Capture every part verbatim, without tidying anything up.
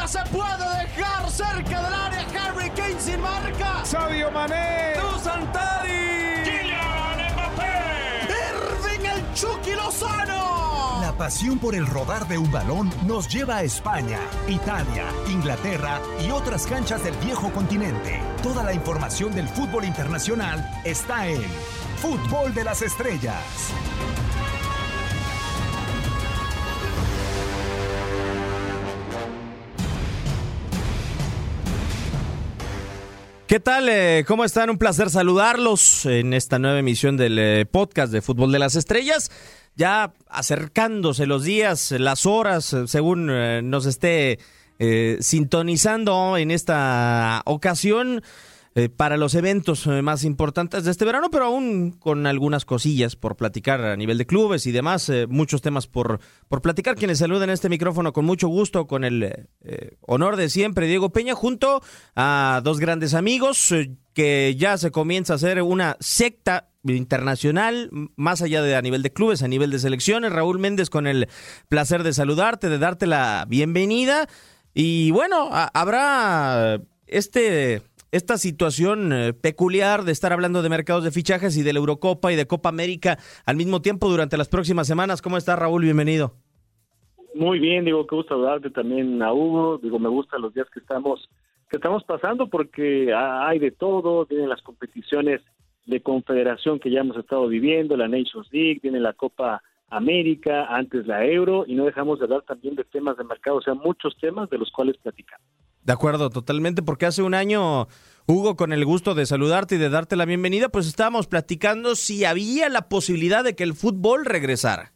se puede dejar cerca del área. Harry Kane sin marca. Sadio Mané. Dusan Tadic. Kylian Mbappé. Irving el Chucky Lozano. La pasión por el rodar de un balón nos lleva a España, Italia, Inglaterra y otras canchas del viejo continente. Toda la información del fútbol internacional está en Fútbol de las Estrellas. ¿Qué tal? Eh, ¿Cómo están? Un placer saludarlos en esta nueva emisión del eh, podcast de Fútbol de las Estrellas. Ya acercándose los días, las horas, según eh, nos esté eh, sintonizando en esta ocasión eh, para los eventos eh, más importantes de este verano, pero aún con algunas cosillas por platicar a nivel de clubes y demás, eh, muchos temas por, por platicar. Quienes saluden este micrófono con mucho gusto, con el eh, honor de siempre, Diego Peña, junto a dos grandes amigos eh, que ya se comienza a hacer una secta internacional, más allá de a nivel de clubes, a nivel de selecciones. Raúl Méndez, con el placer de saludarte, de darte la bienvenida. Y bueno, a, habrá este esta situación eh, peculiar de estar hablando de mercados de fichajes y de la Eurocopa y de Copa América al mismo tiempo durante las próximas semanas. ¿Cómo estás, Raúl? Bienvenido. Muy bien, digo, qué gusto saludarte también a Hugo. Digo, me gustan los días que estamos que estamos pasando porque hay de todo. Vienen las competiciones de confederación que ya hemos estado viviendo, la Nations League, viene la Copa América, antes la Euro, y no dejamos de hablar también de temas de mercado, o sea, muchos temas de los cuales platicar. De acuerdo, totalmente, porque hace un año, Hugo, con el gusto de saludarte y de darte la bienvenida, pues estábamos platicando si había la posibilidad de que el fútbol regresara.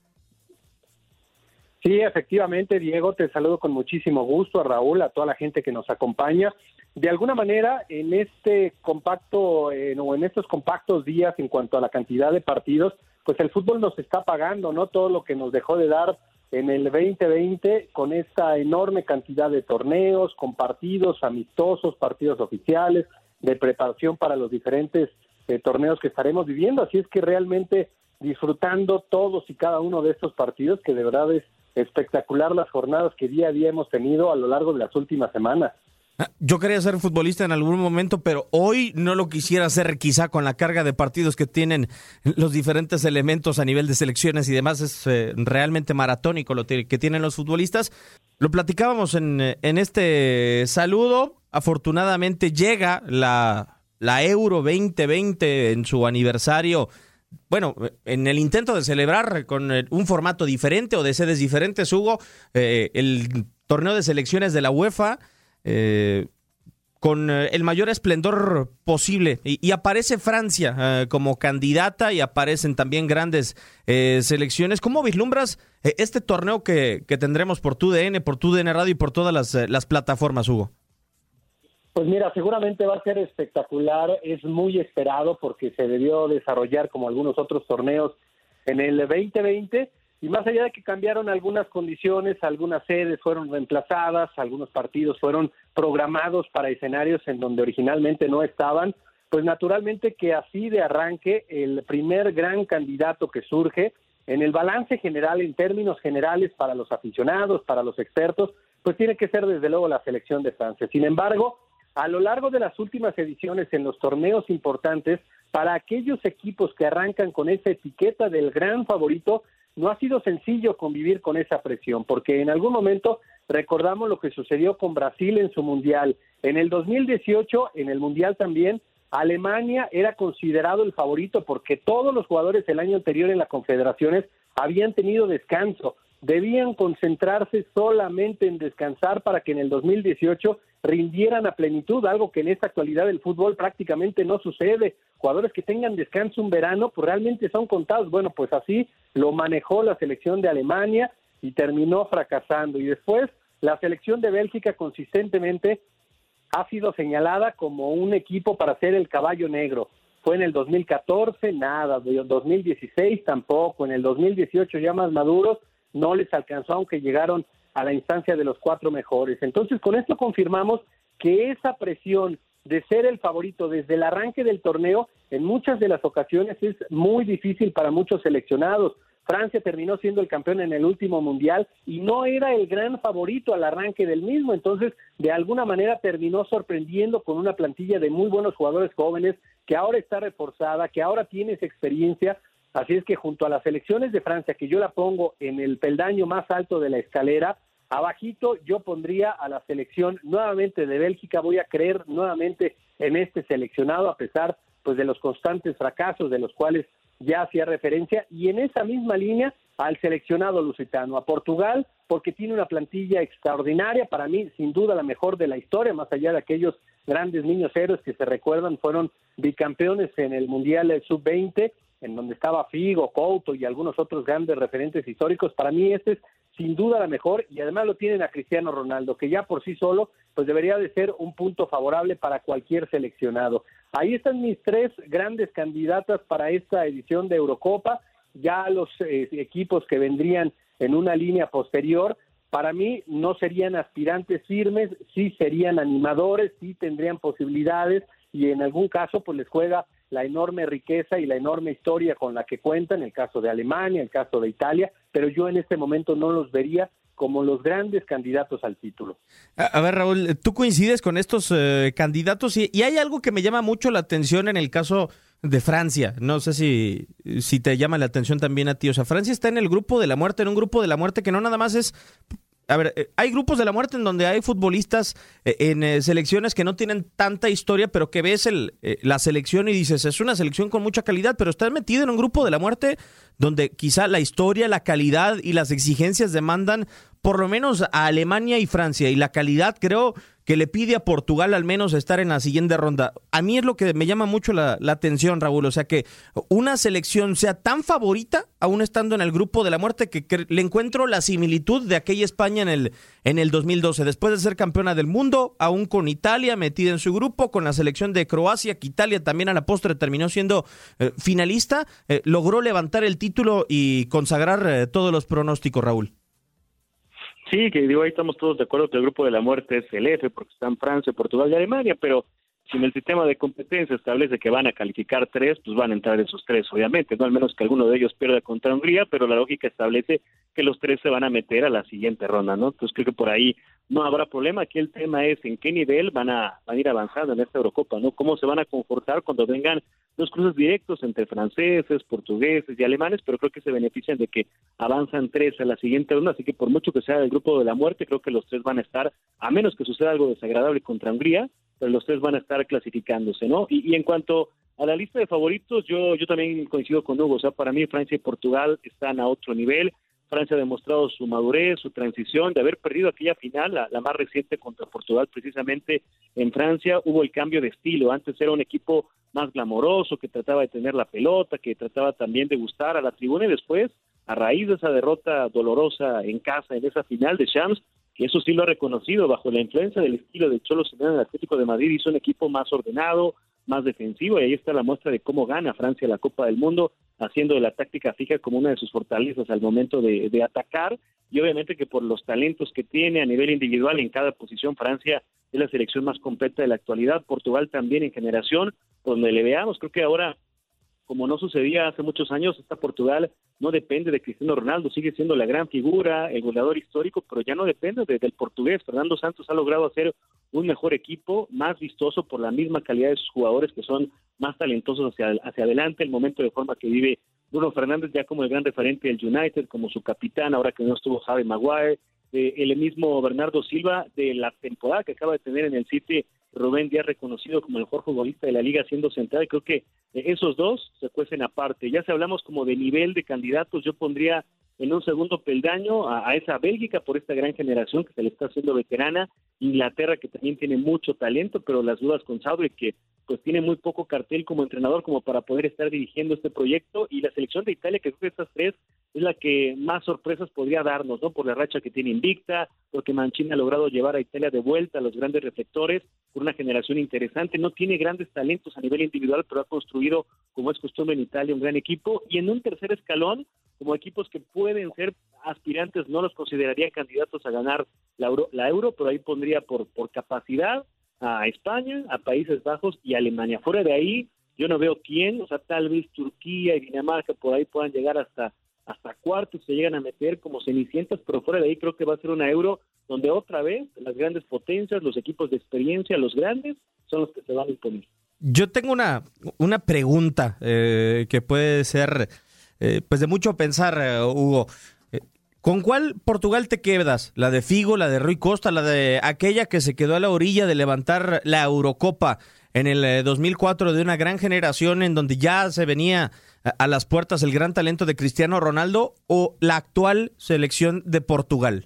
Sí, efectivamente, Diego, te saludo con muchísimo gusto, a Raúl, a toda la gente que nos acompaña. De alguna manera, en este compacto, eh, o en estos compactos días en cuanto a la cantidad de partidos, pues el fútbol nos está pagando, ¿no? Todo lo que nos dejó de dar en el veinte veinte con esta enorme cantidad de torneos, con partidos amistosos, partidos oficiales, de preparación para los diferentes eh, torneos que estaremos viviendo. Así es que realmente disfrutando todos y cada uno de estos partidos, que de verdad es espectacular las jornadas que día a día hemos tenido a lo largo de las últimas semanas. Yo quería ser futbolista en algún momento, pero hoy no lo quisiera hacer, quizá con la carga de partidos que tienen los diferentes elementos a nivel de selecciones y demás. Es eh, realmente maratónico lo que tienen los futbolistas. Lo platicábamos en, en este saludo. Afortunadamente llega la, la Euro veinte veinte en su aniversario. Bueno, en el intento de celebrar con un formato diferente o de sedes diferentes, Hugo, eh, el torneo de selecciones de la UEFA, Eh, con eh, el mayor esplendor posible, y, y aparece Francia eh, como candidata, y aparecen también grandes eh, selecciones. ¿Cómo vislumbras eh, este torneo que, que tendremos por tu D N, por tu D N Radio y por todas las, eh, las plataformas, Hugo? Pues mira, seguramente va a ser espectacular, es muy esperado porque se debió desarrollar como algunos otros torneos en el veinte veinte. Y más allá de que cambiaron algunas condiciones, algunas sedes fueron reemplazadas, algunos partidos fueron programados para escenarios en donde originalmente no estaban, pues naturalmente que así de arranque el primer gran candidato que surge en el balance general, en términos generales para los aficionados, para los expertos, pues tiene que ser desde luego la selección de Francia. Sin embargo, a lo largo de las últimas ediciones en los torneos importantes, para aquellos equipos que arrancan con esa etiqueta del gran favorito, no ha sido sencillo convivir con esa presión, porque en algún momento recordamos lo que sucedió con Brasil en su Mundial. En el dos mil dieciocho, en el Mundial también, Alemania era considerado el favorito porque todos los jugadores el año anterior en las Confederaciones habían tenido descanso. Debían concentrarse solamente en descansar para que en el dos mil dieciocho rindieran a plenitud, algo que en esta actualidad del fútbol prácticamente no sucede. Jugadores que tengan descanso un verano, pues realmente son contados. Bueno, pues así lo manejó la selección de Alemania y terminó fracasando. Y después la selección de Bélgica consistentemente ha sido señalada como un equipo para ser el caballo negro. Fue en el dos mil catorce, nada, en el dos mil dieciséis tampoco, en el dos mil dieciocho ya más maduros, no les alcanzó, aunque llegaron a la instancia de los cuatro mejores. Entonces, con esto confirmamos que esa presión de ser el favorito desde el arranque del torneo, en muchas de las ocasiones es muy difícil para muchos seleccionados, Francia terminó siendo el campeón en el último mundial y no era el gran favorito al arranque del mismo, entonces de alguna manera terminó sorprendiendo con una plantilla de muy buenos jugadores jóvenes que ahora está reforzada, que ahora tiene esa experiencia. Así es que junto a las selecciones de Francia, que yo la pongo en el peldaño más alto de la escalera, abajito yo pondría a la selección nuevamente de Bélgica. Voy a creer nuevamente en este seleccionado a pesar pues de los constantes fracasos de los cuales ya hacía referencia, y en esa misma línea al seleccionado lusitano, a Portugal, porque tiene una plantilla extraordinaria, para mí sin duda la mejor de la historia, más allá de aquellos grandes niños héroes que se recuerdan, fueron bicampeones en el Mundial sub veinte, en donde estaba Figo, Couto y algunos otros grandes referentes históricos. Para mí este es sin duda la mejor, y además lo tienen a Cristiano Ronaldo, que ya por sí solo pues debería de ser un punto favorable para cualquier seleccionado. Ahí están mis tres grandes candidatas para esta edición de Eurocopa. Ya los eh, equipos que vendrían en una línea posterior, para mí no serían aspirantes firmes, sí serían animadores, sí tendrían posibilidades, y en algún caso pues les juega la enorme riqueza y la enorme historia con la que cuentan, el caso de Alemania, el caso de Italia, pero yo en este momento no los vería como los grandes candidatos al título. A, a ver, Raúl, ¿tú coincides con estos eh, candidatos? Y, y hay algo que me llama mucho la atención en el caso de Francia. No sé si, si te llama la atención también a ti. O sea, Francia está en el grupo de la muerte, en un grupo de la muerte que no nada más es... A ver, hay grupos de la muerte en donde hay futbolistas eh, en eh, selecciones que no tienen tanta historia, pero que ves el, eh, la selección y dices, es una selección con mucha calidad, pero estás metido en un grupo de la muerte donde quizá la historia, la calidad y las exigencias demandan por lo menos a Alemania y Francia, y la calidad creo que le pide a Portugal al menos estar en la siguiente ronda. A mí es lo que me llama mucho la, la atención, Raúl, o sea, que una selección sea tan favorita, aún estando en el grupo de la muerte, que, que le encuentro la similitud de aquella España en el, en el dos mil doce, después de ser campeona del mundo, aún con Italia metida en su grupo, con la selección de Croacia, que Italia también a la postre terminó siendo eh, finalista, eh, logró levantar el título y consagrar eh, todos los pronósticos, Raúl. Sí, que digo, ahí estamos todos de acuerdo que el grupo de la muerte es el F, porque están Francia, Portugal y Alemania, pero si en el sistema de competencia establece que van a calificar tres, pues van a entrar esos tres, obviamente, no al menos que alguno de ellos pierda contra Hungría, pero la lógica establece que los tres se van a meter a la siguiente ronda, ¿no? Entonces creo que por ahí no habrá problema. Aquí el tema es en qué nivel van a, van a ir avanzando en esta Eurocopa, ¿no? Cómo se van a comportar cuando vengan los cruces directos entre franceses, portugueses y alemanes, pero creo que se benefician de que avanzan tres a la siguiente ronda, así que por mucho que sea del grupo de la muerte, creo que los tres van a estar, a menos que suceda algo desagradable contra Hungría, pero los tres van a estar clasificándose, ¿no? Y, y en cuanto a la lista de favoritos, yo, yo también coincido con Hugo, o sea, para mí Francia y Portugal están a otro nivel. Francia ha demostrado su madurez, su transición, de haber perdido aquella final, la, la más reciente contra Portugal, precisamente en Francia hubo el cambio de estilo. Antes era un equipo más glamoroso, que trataba de tener la pelota, que trataba también de gustar a la tribuna, y después, a raíz de esa derrota dolorosa en casa, en esa final de Champs, que eso sí lo ha reconocido, bajo la influencia del estilo del Cholo Simeone, el Atlético de Madrid hizo un equipo más ordenado, más defensivo, y ahí está la muestra de cómo gana Francia la Copa del Mundo, haciendo de la táctica fija como una de sus fortalezas al momento de, de atacar, y obviamente que por los talentos que tiene a nivel individual en cada posición, Francia es la selección más completa de la actualidad. Portugal también en generación, donde le veamos, creo que ahora, como no sucedía hace muchos años, esta Portugal no depende de Cristiano Ronaldo, sigue siendo la gran figura, el goleador histórico, pero ya no depende de, del portugués. Fernando Santos ha logrado hacer un mejor equipo, más vistoso por la misma calidad de sus jugadores, que son más talentosos hacia, hacia adelante, el momento de forma que vive Bruno Fernández ya como el gran referente del United, como su capitán, ahora que no estuvo Harry Maguire, eh, el mismo Bernardo Silva, de la temporada que acaba de tener en el City, Rubén Díaz reconocido como el mejor futbolista de la liga siendo central. Creo que esos dos se cuecen aparte. Ya si hablamos como de nivel de candidatos, yo pondría en un segundo peldaño a, a esa Bélgica por esta gran generación que se le está haciendo veterana, Inglaterra que también tiene mucho talento, pero las dudas con Southgate que pues tiene muy poco cartel como entrenador como para poder estar dirigiendo este proyecto, y la selección de Italia, que creo que estas tres es la que más sorpresas podría darnos, ¿no? Por la racha que tiene invicta, porque Mancini ha logrado llevar a Italia de vuelta a los grandes reflectores, por una generación interesante, no tiene grandes talentos a nivel individual, pero ha construido, como es costumbre en Italia, un gran equipo, y en un tercer escalón, como equipos que pueden ser aspirantes, no los consideraría candidatos a ganar la Euro, la Euro pero ahí pondría por, por capacidad a España, a Países Bajos y a Alemania. Fuera de ahí, yo no veo quién, o sea, tal vez Turquía y Dinamarca por ahí puedan llegar hasta hasta cuartos se llegan a meter como cenicientas, pero fuera de ahí creo que va a ser una Euro donde otra vez las grandes potencias, los equipos de experiencia, los grandes, son los que se van a imponer. Yo tengo una, una pregunta eh, que puede ser eh, pues de mucho pensar, eh, Hugo. Eh, ¿Con cuál Portugal te quedas? ¿La de Figo, la de Rui Costa, la de aquella que se quedó a la orilla de levantar la Eurocopa en el eh, dos mil cuatro, de una gran generación en donde ya se venía a, a las puertas el gran talento de Cristiano Ronaldo, o la actual selección de Portugal?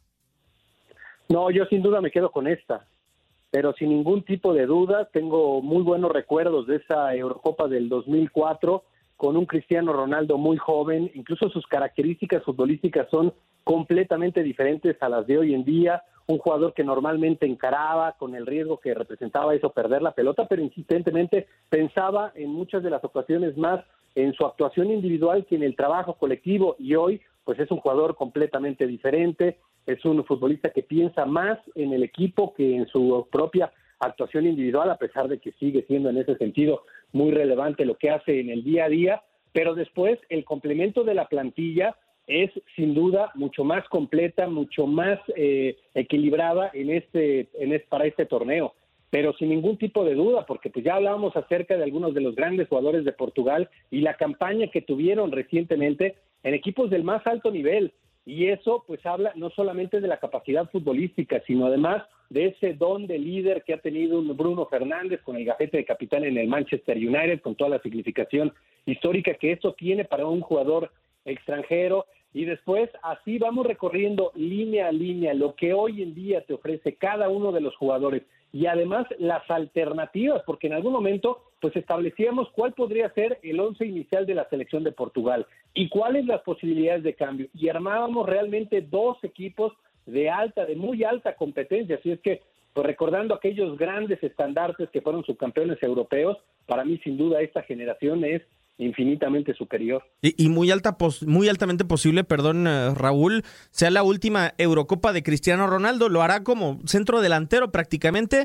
No, yo sin duda me quedo con esta, pero sin ningún tipo de duda tengo muy buenos recuerdos de esa Eurocopa del dos mil cuatro con un Cristiano Ronaldo muy joven. Incluso sus características futbolísticas son completamente diferentes a las de hoy en día. Un jugador que normalmente encaraba con el riesgo que representaba eso, perder la pelota, pero insistentemente pensaba en muchas de las ocasiones más en su actuación individual que en el trabajo colectivo, y hoy pues es un jugador completamente diferente. Es un futbolista que piensa más en el equipo que en su propia actuación individual, a pesar de que sigue siendo en ese sentido muy relevante lo que hace en el día a día, pero después el complemento de la plantilla es sin duda mucho más completa, mucho más eh, equilibrada en este, en este, para este torneo, pero sin ningún tipo de duda, porque pues ya hablábamos acerca de algunos de los grandes jugadores de Portugal y la campaña que tuvieron recientemente en equipos del más alto nivel. Y eso pues habla no solamente de la capacidad futbolística, sino además de ese don de líder que ha tenido un Bruno Fernández con el gafete de capitán en el Manchester United, con toda la significación histórica que eso tiene para un jugador extranjero. Y después así vamos recorriendo línea a línea lo que hoy en día te ofrece cada uno de los jugadores, y además las alternativas, porque en algún momento pues establecíamos cuál podría ser el once inicial de la selección de Portugal y cuáles las posibilidades de cambio, y armábamos realmente dos equipos de alta, de muy alta competencia. Así es que, pues recordando aquellos grandes estandartes que fueron subcampeones europeos, para mí sin duda esta generación es infinitamente superior. Y, y muy alta, muy altamente posible, perdón, uh, Raúl, sea la última Eurocopa de Cristiano Ronaldo. Lo hará como centro delantero prácticamente.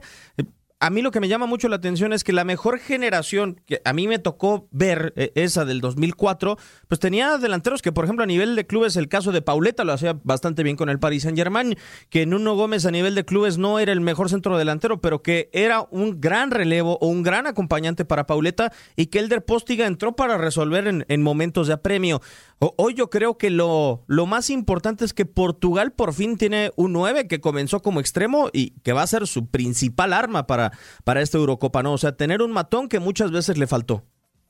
A mí lo que me llama mucho la atención es que la mejor generación que a mí me tocó ver, eh, esa del dos mil cuatro, pues tenía delanteros que, por ejemplo, a nivel de clubes, el caso de Pauleta lo hacía bastante bien con el Paris Saint-Germain, que Nuno Gómez a nivel de clubes no era el mejor centro delantero, pero que era un gran relevo o un gran acompañante para Pauleta, y que Elder Postiga entró para resolver en, en momentos de apremio. O, hoy yo creo que lo, lo más importante es que Portugal por fin tiene un nueve que comenzó como extremo y que va a ser su principal arma para para esta Eurocopa, ¿no? O sea, tener un matón que muchas veces le faltó.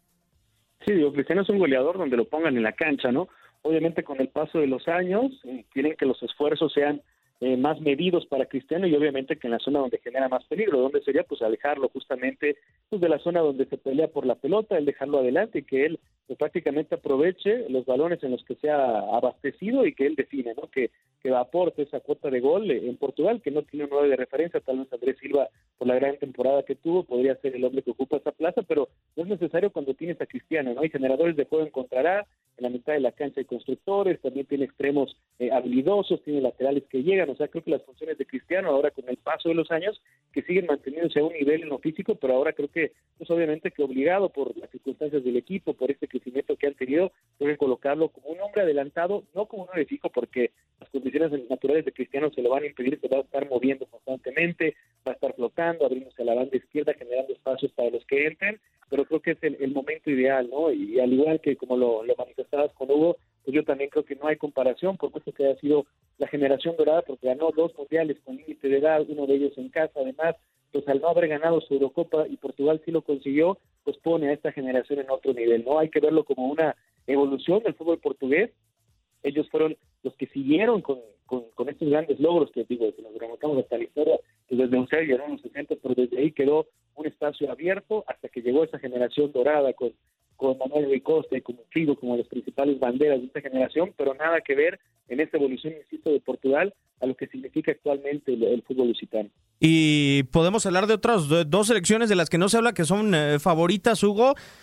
Sí, digo, Cristiano es un goleador donde lo pongan en la cancha, ¿no? Obviamente con el paso de los años eh, quieren que los esfuerzos sean eh, más medidos para Cristiano, y obviamente que en la zona donde genera más peligro, donde sería pues alejarlo justamente pues de la zona donde se pelea por la pelota, el dejarlo adelante y que él pues, prácticamente aproveche los balones en los que sea abastecido y que él define, ¿no? Que, que aporte esa cuota de gol en Portugal, que no tiene un nueve de referencia. Tal vez Andrés Silva, por la gran temporada que tuvo, podría ser el hombre que ocupa esa plaza, pero no es necesario cuando tienes a Cristiano, ¿no? Hay generadores de juego encontrará, en la mitad de la cancha hay constructores, también tiene extremos eh, habilidosos, tiene laterales que llegan. O sea, creo que las funciones de Cristiano ahora con el paso de los años, que siguen manteniéndose a un nivel en lo físico, pero ahora creo que, pues obviamente que obligado por las circunstancias del equipo, por este crecimiento que han tenido, pueden colocarlo como un hombre adelantado, no como un hombre fijo, porque las condiciones naturales de Cristiano se lo van a impedir, se va a estar moviendo constantemente, va a estar flotando, abriéndose a la banda izquierda, generando espacios para los que entren, pero creo que es el, el momento ideal, ¿no? Y, y al igual que como lo, lo manifestabas con Hugo, pues yo también creo que no hay comparación, por supuesto que haya sido la generación dorada, porque ganó dos mundiales con límite de edad, uno de ellos en casa, además, pues al no haber ganado su Eurocopa y Portugal sí lo consiguió, pues pone a esta generación en otro nivel, ¿no? Hay que verlo como una evolución del fútbol portugués. Ellos fueron los que siguieron con, con, con estos grandes logros que, digo, que nos remontamos hasta la historia, pues desde Eusebio, ¿no? En los sesenta, pero desde ahí quedó un espacio abierto hasta que llegó esa generación dorada con, con Manuel Rui Costa y como Figo como las principales banderas de esta generación, pero nada que ver en esta evolución, insisto, de Portugal a lo que significa actualmente el, el fútbol lusitano. Y podemos hablar de otras dos selecciones de las que no se habla, que son eh, favoritas, Hugo,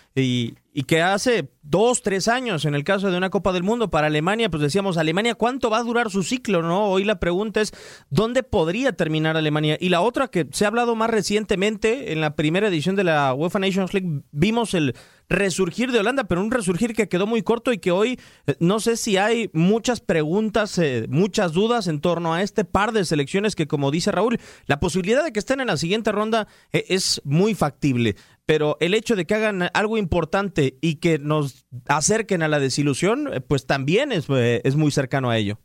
y, y que hace dos, tres años, en el caso de una Copa del Mundo para Alemania, pues decíamos, Alemania, ¿cuánto va a durar su ciclo? ¿No? Hoy la pregunta es, ¿dónde podría terminar Alemania? Y la otra que se ha hablado más recientemente, en la primera edición de la UEFA Nations League, vimos el resurgir de Holanda, pero un resurgir que quedó muy corto y que hoy eh, no sé si hay muchas preguntas, eh, muchas dudas en torno a este par de selecciones que, como dice Raúl, la posibilidad de que estén en la siguiente ronda eh, es muy factible, pero el hecho de que hagan algo importante y que nos acerquen a la desilusión, eh, pues también es, eh, es muy cercano a ello.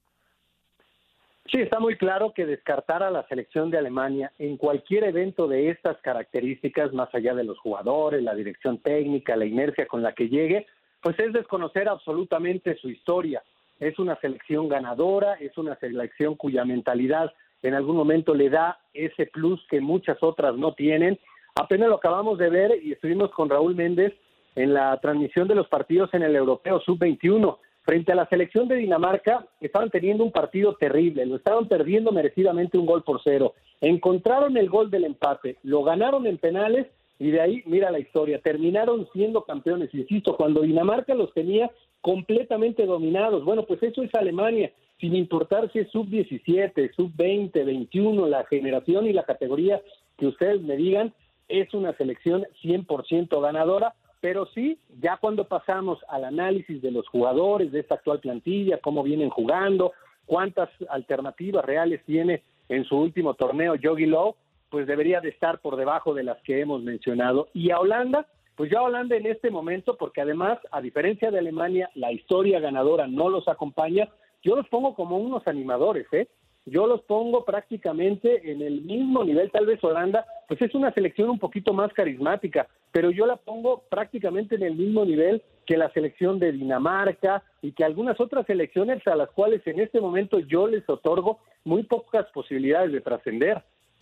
Sí, está muy claro que descartar a la selección de Alemania en cualquier evento de estas características, más allá de los jugadores, la dirección técnica, la inercia con la que llegue, pues es desconocer absolutamente su historia. Es una selección ganadora, es una selección cuya mentalidad en algún momento le da ese plus que muchas otras no tienen. Apenas lo acabamos de ver y estuvimos con Raúl Méndez en la transmisión de los partidos en el Europeo sub veintiuno. Frente a la selección de Dinamarca, estaban teniendo un partido terrible, lo estaban perdiendo merecidamente un gol por cero. Encontraron el gol del empate, lo ganaron en penales y de ahí, mira la historia, terminaron siendo campeones. Insisto, cuando Dinamarca los tenía completamente dominados. Bueno, pues eso es Alemania, sin importar si es sub diecisiete, sub veinte, veintiuno, la generación y la categoría que ustedes me digan, es una selección cien por ciento ganadora. Pero sí, ya cuando pasamos al análisis de los jugadores de esta actual plantilla, cómo vienen jugando, cuántas alternativas reales tiene en su último torneo Jogi Löw, pues debería de estar por debajo de las que hemos mencionado. Y a Holanda, pues ya Holanda en este momento, porque además, a diferencia de Alemania, la historia ganadora no los acompaña, yo los pongo como unos animadores, ¿eh? Yo los pongo prácticamente en el mismo nivel. Tal vez Holanda, pues es una selección un poquito más carismática, pero yo la pongo prácticamente en el mismo nivel que la selección de Dinamarca y que algunas otras selecciones a las cuales en este momento yo les otorgo muy pocas posibilidades de trascender.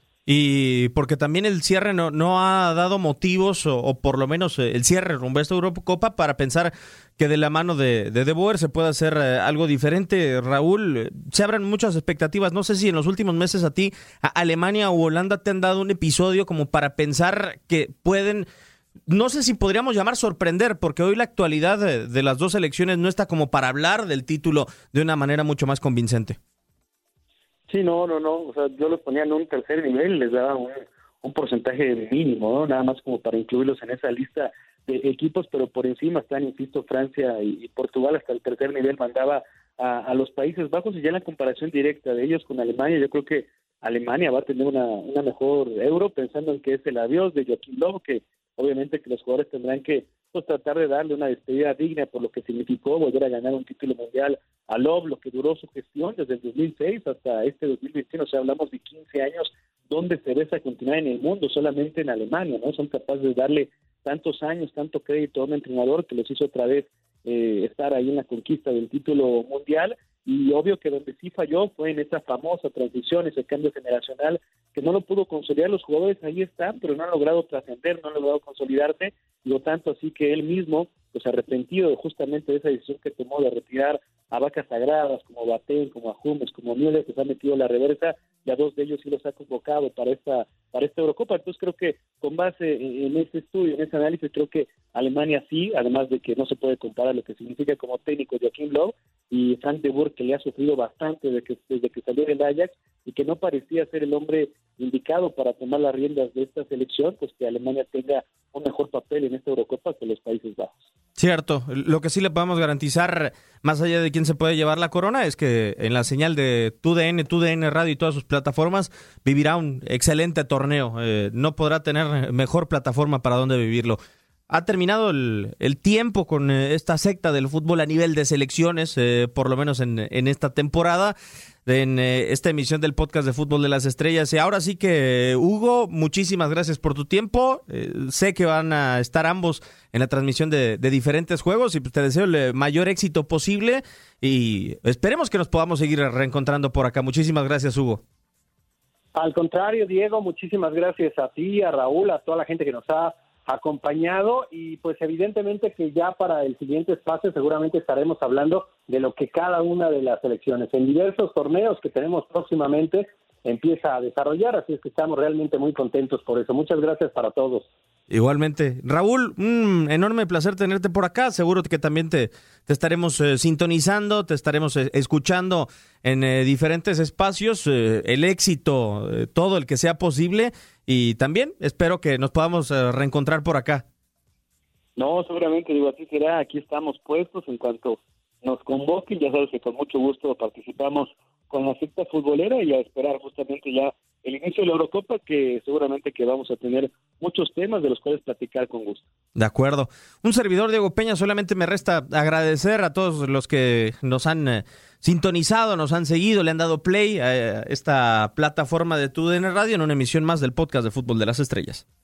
Y porque también el cierre no, no ha dado motivos, o, o por lo menos el cierre rumbo a esta Eurocopa, para pensar que de la mano de, de De Boer se puede hacer eh, algo diferente. Raúl, eh, se abren muchas expectativas. No sé si en los últimos meses a ti, a Alemania o Holanda te han dado un episodio como para pensar que pueden, no sé si podríamos llamar sorprender, porque hoy la actualidad de, de las dos selecciones no está como para hablar del título de una manera mucho más convincente. Sí, no, no, no, o sea, yo los ponía en un tercer nivel, les daba un, un porcentaje mínimo, ¿no? Nada más como para incluirlos en esa lista de equipos, pero por encima están, insisto, Francia y, y Portugal. Hasta el tercer nivel mandaba a, a los Países Bajos, y ya en la comparación directa de ellos con Alemania, yo creo que Alemania va a tener una, una mejor Euro, pensando en que es el adiós de Joachim Löw, que obviamente que los jugadores tendrán que pues tratar de darle una despedida digna por lo que significó volver a ganar un título mundial a Löw, lo que duró su gestión desde el dos mil seis hasta este dos mil veintiuno, o sea, hablamos de quince años donde cereza continúa en el mundo, solamente en Alemania, ¿no? Son capaces de darle tantos años, tanto crédito a un entrenador que los hizo otra vez eh, estar ahí en la conquista del título mundial. Y obvio que donde sí falló fue en esa famosa transición, ese cambio generacional, que no lo pudo consolidar. Los jugadores ahí están, pero no han logrado trascender, no han logrado consolidarse, y lo tanto así que él mismo, pues arrepentido justamente de esa decisión que tomó de retirar a vacas sagradas como Boateng, como a Hummels, como Müller, que se han metido la reversa, y a dos de ellos sí los ha convocado para esta para esta Eurocopa. Entonces creo que con base en ese estudio, en ese análisis, creo que Alemania sí, además de que no se puede comparar lo que significa como técnico Joachim Löw y Frank de Boer, que le ha sufrido bastante desde que, desde que salió del Ajax y que no parecía ser el hombre indicado para tomar las riendas de esta selección, pues que Alemania tenga un mejor papel en esta Eurocopa que los Países Bajos. Cierto, lo que sí le podemos garantizar, más allá de quién se puede llevar la corona, es que en la señal de TUDN, TUDN Radio y todas sus plataformas vivirá un excelente torneo. Eh, no podrá tener mejor plataforma para donde vivirlo. Ha terminado el, el tiempo con eh, esta secta del fútbol a nivel de selecciones, eh, por lo menos en, en esta temporada, en eh, esta emisión del podcast de Fútbol de las Estrellas. Y ahora sí que, Hugo, muchísimas gracias por tu tiempo. Eh, sé que van a estar ambos en la transmisión de, de diferentes juegos y pues, te deseo el mayor éxito posible y esperemos que nos podamos seguir reencontrando por acá. Muchísimas gracias, Hugo. Al contrario, Diego, muchísimas gracias a ti, a Raúl, a toda la gente que nos ha acompañado, y pues evidentemente que ya para el siguiente espacio seguramente estaremos hablando de lo que cada una de las selecciones en diversos torneos que tenemos próximamente empieza a desarrollar, así es que estamos realmente muy contentos por eso. Muchas gracias para todos. Igualmente. Raúl, un enorme placer tenerte por acá. Seguro que también te, te estaremos eh, sintonizando, te estaremos eh, escuchando en eh, diferentes espacios. Eh, el éxito, eh, todo el que sea posible. Y también espero que nos podamos eh, reencontrar por acá. No, seguramente, digo, así será. Aquí estamos puestos en cuanto nos convoquen. Ya sabes que con mucho gusto participamos con la secta futbolera y a esperar justamente ya el inicio de la Eurocopa, que seguramente que vamos a tener muchos temas de los cuales platicar con gusto. De acuerdo. Un servidor, Diego Peña, solamente me resta agradecer a todos los que nos han eh, sintonizado, nos han seguido, le han dado play a esta plataforma de TUDN Radio en una emisión más del podcast de Fútbol de las Estrellas.